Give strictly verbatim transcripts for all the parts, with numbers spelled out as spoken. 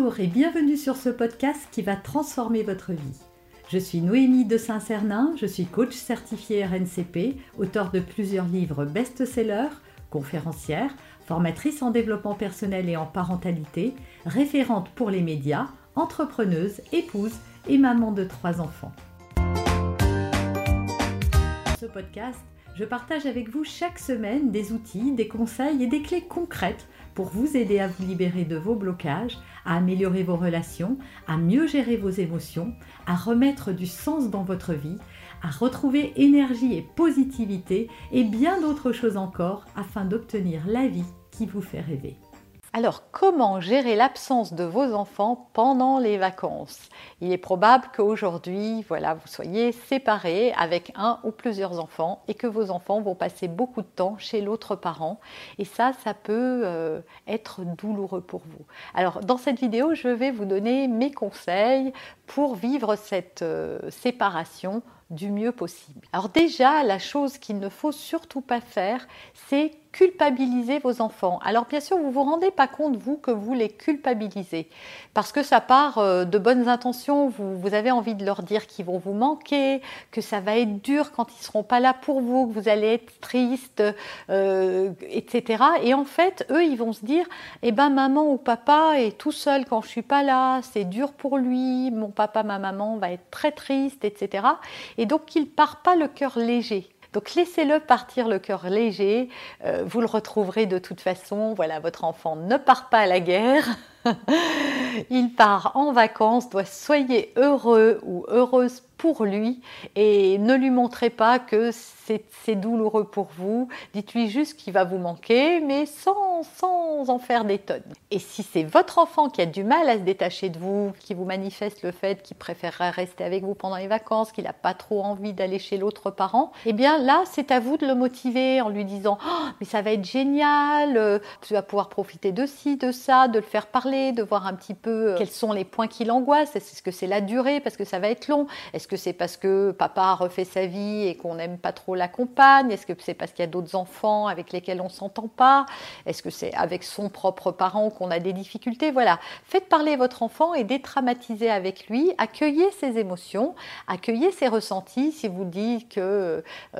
Bonjour et bienvenue sur ce podcast qui va transformer votre vie. Je suis Noémie de Saint-Cernin, je suis coach certifiée R N C P, auteure de plusieurs livres best-sellers, conférencière, formatrice en développement personnel et en parentalité, référente pour les médias, entrepreneuse, épouse et maman de trois enfants. Dans ce podcast, je partage avec vous chaque semaine des outils, des conseils et des clés concrètes pour vous aider à vous libérer de vos blocages, à améliorer vos relations, à mieux gérer vos émotions, à remettre du sens dans votre vie, à retrouver énergie et positivité et bien d'autres choses encore afin d'obtenir la vie qui vous fait rêver. Alors, comment gérer l'absence de vos enfants pendant les vacances? Il est probable qu'aujourd'hui, voilà, vous soyez séparés avec un ou plusieurs enfants et que vos enfants vont passer beaucoup de temps chez l'autre parent. Et ça, ça peut euh, être douloureux pour vous. Alors, dans cette vidéo, je vais vous donner mes conseils pour vivre cette euh, séparation du mieux possible. Alors déjà, la chose qu'il ne faut surtout pas faire, c'est culpabiliser vos enfants. Alors bien sûr, vous ne vous rendez pas compte, vous, que vous les culpabilisez. Parce que ça part de bonnes intentions, vous, vous avez envie de leur dire qu'ils vont vous manquer, que ça va être dur quand ils ne seront pas là pour vous, que vous allez être triste, euh, et cetera. Et en fait, eux, ils vont se dire, eh ben maman ou papa est tout seul quand je ne suis pas là, c'est dur pour lui, mon papa, ma maman va être très triste, et cetera. Et donc, il ne part pas le cœur léger. Donc, laissez-le partir le cœur léger. Euh, vous le retrouverez de toute façon. Voilà, votre enfant ne part pas à la guerre. Il part en vacances. Donc, soyez heureux ou heureuse pour lui et ne lui montrez pas que c'est, c'est douloureux pour vous. Dites-lui juste qu'il va vous manquer, mais sans, sans en faire des tonnes. Et si c'est votre enfant qui a du mal à se détacher de vous, qui vous manifeste le fait qu'il préférerait rester avec vous pendant les vacances, qu'il n'a pas trop envie d'aller chez l'autre parent, eh bien là, c'est à vous de le motiver en lui disant oh, « mais ça va être génial, euh, tu vas pouvoir profiter de ci, de ça, de le faire parler, de voir un petit peu euh, quels sont les points qui l'angoissent. Est-ce que c'est la durée parce que ça va être long? Est-ce que c'est parce que papa a refait sa vie et qu'on n'aime pas trop la compagne? Est-ce que c'est parce qu'il y a d'autres enfants avec lesquels on ne s'entend pas? Est-ce que c'est avec son propre parent qu'on a des difficultés? Voilà, faites parler votre enfant et détraumatisez avec lui, accueillez ses émotions, accueillez ses ressentis. Si vous dites qu'il euh,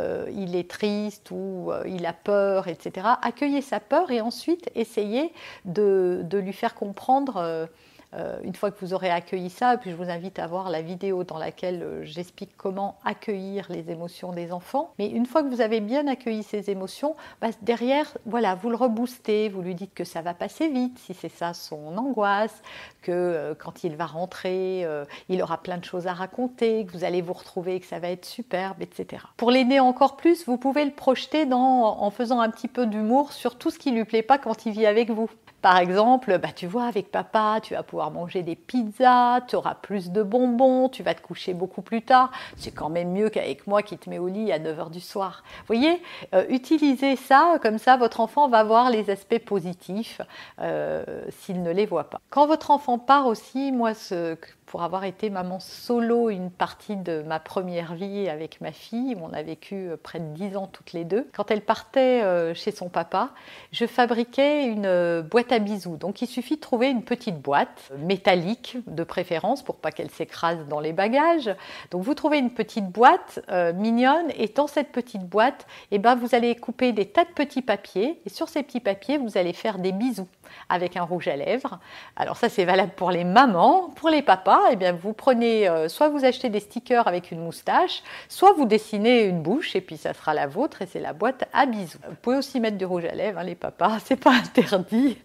est triste ou euh, il a peur, et cetera, accueillez sa peur et ensuite essayez de, de lui faire comprendre euh, Euh, une fois que vous aurez accueilli ça, puis je vous invite à voir la vidéo dans laquelle euh, j'explique comment accueillir les émotions des enfants. Mais une fois que vous avez bien accueilli ces émotions, bah, derrière, voilà, vous le reboostez, vous lui dites que ça va passer vite, si c'est ça son angoisse, que euh, quand il va rentrer, euh, il aura plein de choses à raconter, que vous allez vous retrouver, que ça va être superbe, et cetera. Pour l'aider encore plus, vous pouvez le projeter dans, en faisant un petit peu d'humour sur tout ce qui ne lui plaît pas quand il vit avec vous. Par exemple, bah, tu vois, avec papa, tu vas pouvoir manger des pizzas, tu auras plus de bonbons, tu vas te coucher beaucoup plus tard. C'est quand même mieux qu'avec moi qui te mets au lit à neuf heures du soir. Vous voyez, euh, utilisez ça, comme ça votre enfant va voir les aspects positifs euh, s'il ne les voit pas. Quand votre enfant part aussi, moi, ce, pour avoir été maman solo une partie de ma première vie avec ma fille, on a vécu près de dix ans toutes les deux. Quand elle partait euh, chez son papa, je fabriquais une euh, boîte à bisous. Donc il suffit de trouver une petite boîte métallique de préférence pour pas qu'elle s'écrase dans les bagages. Donc vous trouvez une petite boîte euh, mignonne et dans cette petite boîte, eh ben, vous allez couper des tas de petits papiers et sur ces petits papiers, vous allez faire des bisous avec un rouge à lèvres. Alors ça c'est valable pour les mamans, pour les papas, eh bien vous prenez, euh, soit vous achetez des stickers avec une moustache, soit vous dessinez une bouche et puis ça sera la vôtre et c'est la boîte à bisous. Vous pouvez aussi mettre du rouge à lèvres, hein, les papas, c'est pas interdit.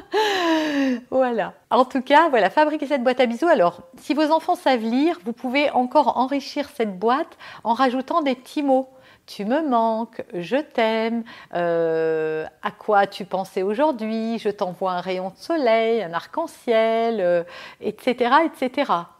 Voilà. En tout cas, voilà, fabriquez cette boîte à bisous. Alors, si vos enfants savent lire, vous pouvez encore enrichir cette boîte en rajoutant des petits mots. Tu me manques, je t'aime, euh, à quoi tu pensais aujourd'hui, je t'envoie un rayon de soleil, un arc-en-ciel, euh, et cetera, et cetera.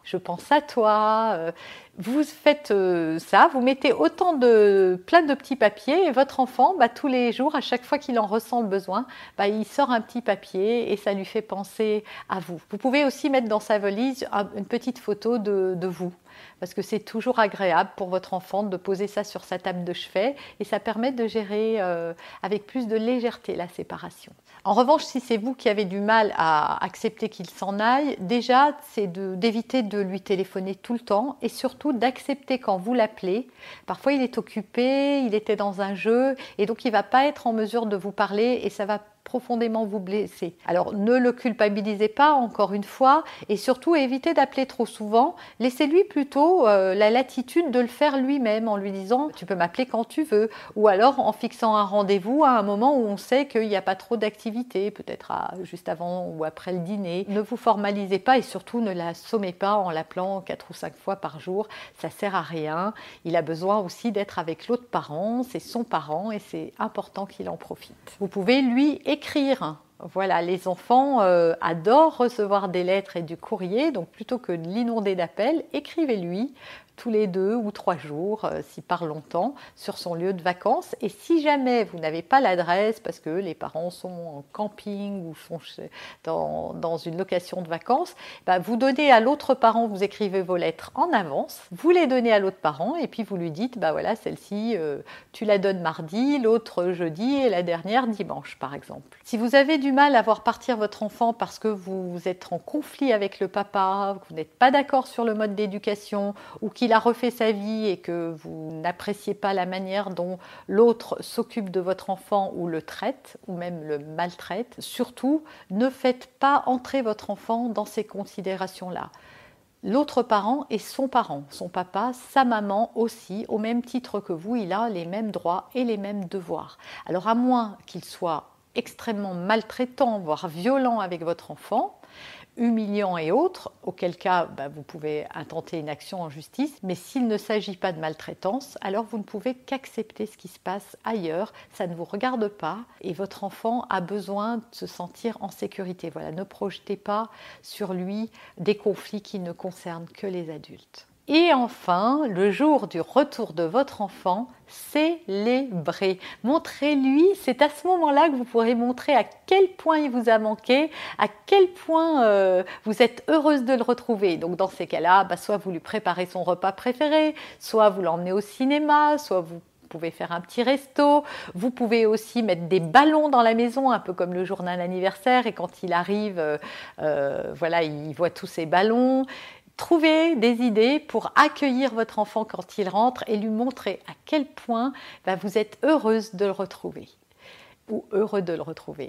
je pense à toi. Euh, vous faites euh, ça, vous mettez autant de plein de petits papiers et votre enfant, bah, tous les jours, à chaque fois qu'il en ressent le besoin, bah, il sort un petit papier et ça lui fait penser à vous. Vous pouvez aussi mettre dans sa valise une petite photo de, de vous. Parce que c'est toujours agréable pour votre enfant de poser ça sur sa table de chevet et ça permet de gérer euh, avec plus de légèreté la séparation. En revanche, si c'est vous qui avez du mal à accepter qu'il s'en aille, déjà, c'est de, d'éviter de lui téléphoner tout le temps et surtout d'accepter quand vous l'appelez. Parfois, il est occupé, il était dans un jeu et donc il ne va pas être en mesure de vous parler et ça va profondément vous blesser. Alors ne le culpabilisez pas encore une fois et surtout évitez d'appeler trop souvent. Laissez-lui plutôt euh, la latitude de le faire lui-même en lui disant tu peux m'appeler quand tu veux ou alors en fixant un rendez-vous à un moment où on sait qu'il n'y a pas trop d'activité, peut-être à, juste avant ou après le dîner. Ne vous formalisez pas et surtout ne l'assommez pas en l'appelant quatre ou cinq fois par jour. Ça sert à rien. Il a besoin aussi d'être avec l'autre parent, c'est son parent et c'est important qu'il en profite. Vous pouvez lui écrire. Voilà, les enfants euh, adorent recevoir des lettres et du courrier, donc plutôt que de l'inonder d'appels, écrivez-lui tous les deux ou trois jours, euh, s'il part longtemps, sur son lieu de vacances. Et si jamais vous n'avez pas l'adresse, parce que les parents sont en camping ou sont chez, dans, dans une location de vacances, bah, vous donnez à l'autre parent, vous écrivez vos lettres en avance, vous les donnez à l'autre parent et puis vous lui dites, bah voilà, celle-ci, euh, tu la donnes mardi, l'autre jeudi et la dernière dimanche, par exemple. Si vous avez du mal à voir partir votre enfant parce que vous êtes en conflit avec le papa, que vous n'êtes pas d'accord sur le mode d'éducation ou qu'il a refait sa vie et que vous n'appréciez pas la manière dont l'autre s'occupe de votre enfant ou le traite ou même le maltraite, surtout ne faites pas entrer votre enfant dans ces considérations-là. L'autre parent est son parent, son papa, sa maman aussi, au même titre que vous, il a les mêmes droits et les mêmes devoirs. Alors à moins qu'il soit extrêmement maltraitant, voire violent avec votre enfant, humiliant et autres, auquel cas bah, vous pouvez intenter une action en justice, mais s'il ne s'agit pas de maltraitance, alors vous ne pouvez qu'accepter ce qui se passe ailleurs, ça ne vous regarde pas et votre enfant a besoin de se sentir en sécurité. Voilà, ne projetez pas sur lui des conflits qui ne concernent que les adultes. Et enfin, le jour du retour de votre enfant, célébrez. Montrez-lui, c'est à ce moment-là que vous pourrez montrer à quel point il vous a manqué, à quel point euh, vous êtes heureuse de le retrouver. Donc dans ces cas-là, bah, soit vous lui préparez son repas préféré, soit vous l'emmenez au cinéma, soit vous Vous pouvez faire un petit resto, vous pouvez aussi mettre des ballons dans la maison, un peu comme le jour d'un anniversaire, et quand il arrive, euh, euh, voilà, il voit tous ces ballons. Trouvez des idées pour accueillir votre enfant quand il rentre et lui montrer à quel point bah, vous êtes heureuse de le retrouver ou heureux de le retrouver.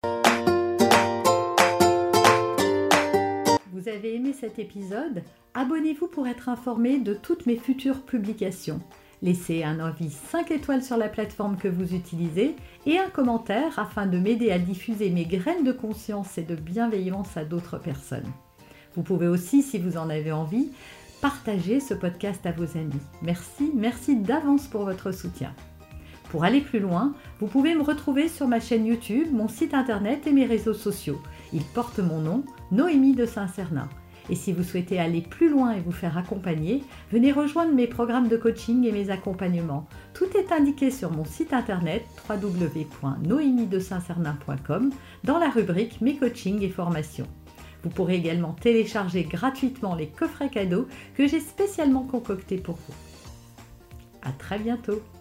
Vous avez aimé cet épisode? Abonnez-vous pour être informé de toutes mes futures publications. Laissez un avis cinq étoiles sur la plateforme que vous utilisez et un commentaire afin de m'aider à diffuser mes graines de conscience et de bienveillance à d'autres personnes. Vous pouvez aussi, si vous en avez envie, partager ce podcast à vos amis. Merci, merci d'avance pour votre soutien. Pour aller plus loin, vous pouvez me retrouver sur ma chaîne YouTube, mon site internet et mes réseaux sociaux. Ils portent mon nom, Noémie de Saint-Cernin. Et si vous souhaitez aller plus loin et vous faire accompagner, venez rejoindre mes programmes de coaching et mes accompagnements. Tout est indiqué sur mon site internet w w w point noémie de saint cernin point com dans la rubrique Mes coachings et formations. Vous pourrez également télécharger gratuitement les coffrets cadeaux que j'ai spécialement concoctés pour vous. À très bientôt!